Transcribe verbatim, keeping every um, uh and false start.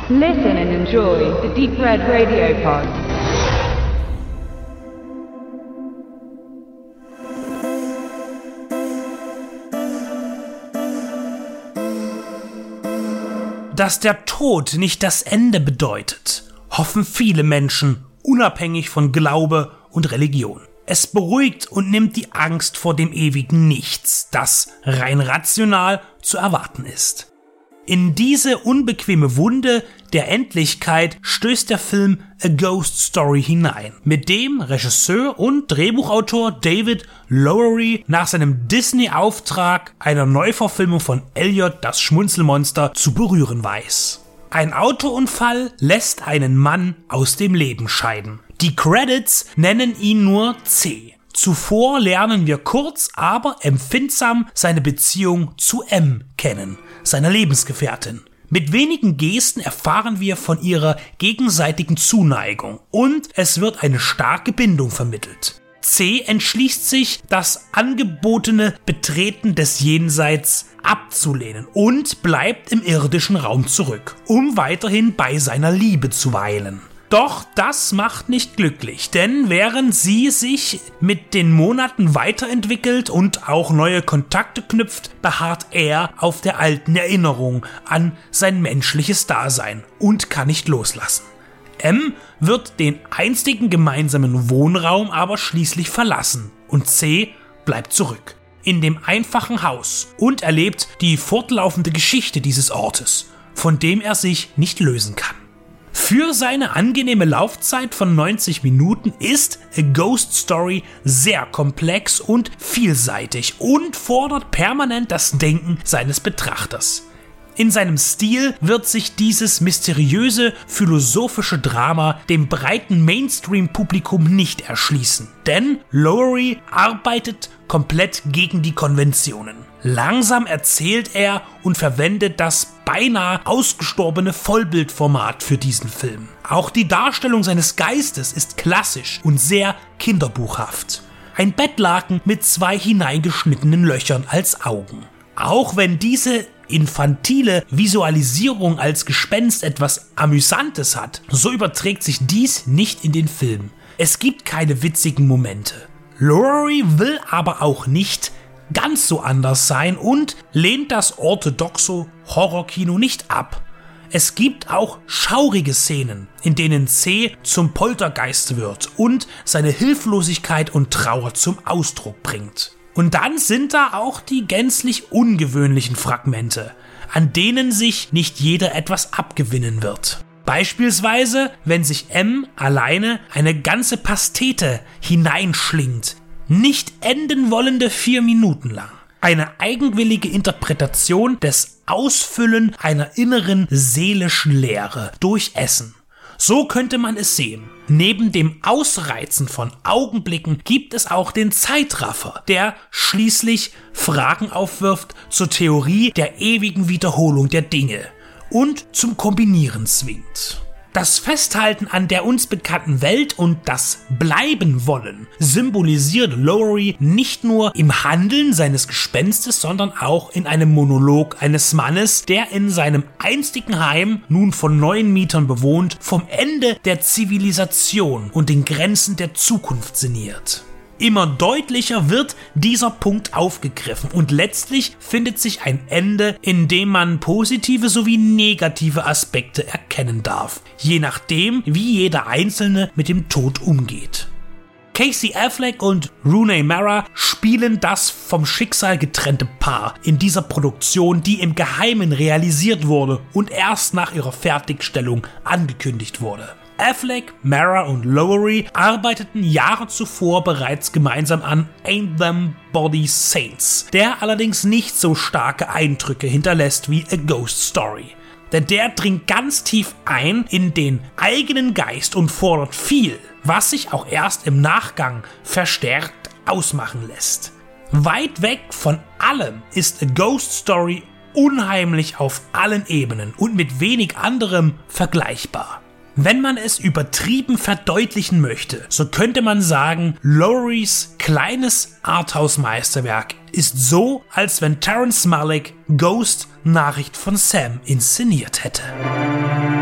Listen and enjoy the Deep Red Radio Pod. Dass der Tod nicht das Ende bedeutet, hoffen viele Menschen, unabhängig von Glaube und Religion. Es beruhigt und nimmt die Angst vor dem ewigen Nichts, das rein rational zu erwarten ist. In diese unbequeme Wunde der Endlichkeit stößt der Film A Ghost Story hinein, mit dem Regisseur und Drehbuchautor David Lowery nach seinem Disney-Auftrag einer Neuverfilmung von Elliot das Schmunzelmonster zu berühren weiß. Ein Autounfall lässt einen Mann aus dem Leben scheiden. Die Credits nennen ihn nur C. Zuvor lernen wir kurz, aber empfindsam seine Beziehung zu M kennen, seiner Lebensgefährtin. Mit wenigen Gesten erfahren wir von ihrer gegenseitigen Zuneigung und es wird eine starke Bindung vermittelt. C entschließt sich, das angebotene Betreten des Jenseits abzulehnen und bleibt im irdischen Raum zurück, um weiterhin bei seiner Liebe zu weilen. Doch das macht nicht glücklich, denn während sie sich mit den Monaten weiterentwickelt und auch neue Kontakte knüpft, beharrt er auf der alten Erinnerung an sein menschliches Dasein und kann nicht loslassen. M wird den einstigen gemeinsamen Wohnraum aber schließlich verlassen und C bleibt zurück in dem einfachen Haus und erlebt die fortlaufende Geschichte dieses Ortes, von dem er sich nicht lösen kann. Für seine angenehme Laufzeit von neunzig Minuten ist A Ghost Story sehr komplex und vielseitig und fordert permanent das Denken seines Betrachters. In seinem Stil wird sich dieses mysteriöse, philosophische Drama dem breiten Mainstream-Publikum nicht erschließen, denn Lowery arbeitet komplett gegen die Konventionen. Langsam erzählt er und verwendet das beinahe ausgestorbene Vollbildformat für diesen Film. Auch die Darstellung seines Geistes ist klassisch und sehr kinderbuchhaft. Ein Bettlaken mit zwei hineingeschnittenen Löchern als Augen. Auch wenn diese infantile Visualisierung als Gespenst etwas Amüsantes hat, so überträgt sich dies nicht in den Film. Es gibt keine witzigen Momente. Lowery will aber auch nicht ganz so anders sein und lehnt das orthodoxe Horrorkino nicht ab. Es gibt auch schaurige Szenen, in denen C zum Poltergeist wird und seine Hilflosigkeit und Trauer zum Ausdruck bringt. Und dann sind da auch die gänzlich ungewöhnlichen Fragmente, an denen sich nicht jeder etwas abgewinnen wird. Beispielsweise, wenn sich M alleine eine ganze Pastete hineinschlingt, nicht enden wollende vier Minuten lang. Eine eigenwillige Interpretation des Ausfüllen einer inneren seelischen Leere durch Essen. So könnte man es sehen. Neben dem Ausreizen von Augenblicken gibt es auch den Zeitraffer, der schließlich Fragen aufwirft zur Theorie der ewigen Wiederholung der Dinge und zum Kombinieren zwingt. Das Festhalten an der uns bekannten Welt und das Bleiben-Wollen symbolisiert Lowery nicht nur im Handeln seines Gespenstes, sondern auch in einem Monolog eines Mannes, der in seinem einstigen Heim, nun von neuen Mietern bewohnt, vom Ende der Zivilisation und den Grenzen der Zukunft sinniert. Immer deutlicher wird dieser Punkt aufgegriffen und letztlich findet sich ein Ende, in dem man positive sowie negative Aspekte erkennen darf, je nachdem, wie jeder Einzelne mit dem Tod umgeht. Casey Affleck und Rooney Mara spielen das vom Schicksal getrennte Paar in dieser Produktion, die im Geheimen realisiert wurde und erst nach ihrer Fertigstellung angekündigt wurde. Affleck, Mara und Lowery arbeiteten Jahre zuvor bereits gemeinsam an Ain't Them Body Saints, der allerdings nicht so starke Eindrücke hinterlässt wie A Ghost Story. Denn der dringt ganz tief ein in den eigenen Geist und fordert viel, was sich auch erst im Nachgang verstärkt ausmachen lässt. Weit weg von allem ist A Ghost Story unheimlich auf allen Ebenen und mit wenig anderem vergleichbar. Wenn man es übertrieben verdeutlichen möchte, so könnte man sagen, Lowerys kleines Arthouse-Meisterwerk ist so, als wenn Terrence Malick Ghost Nachricht von Sam inszeniert hätte.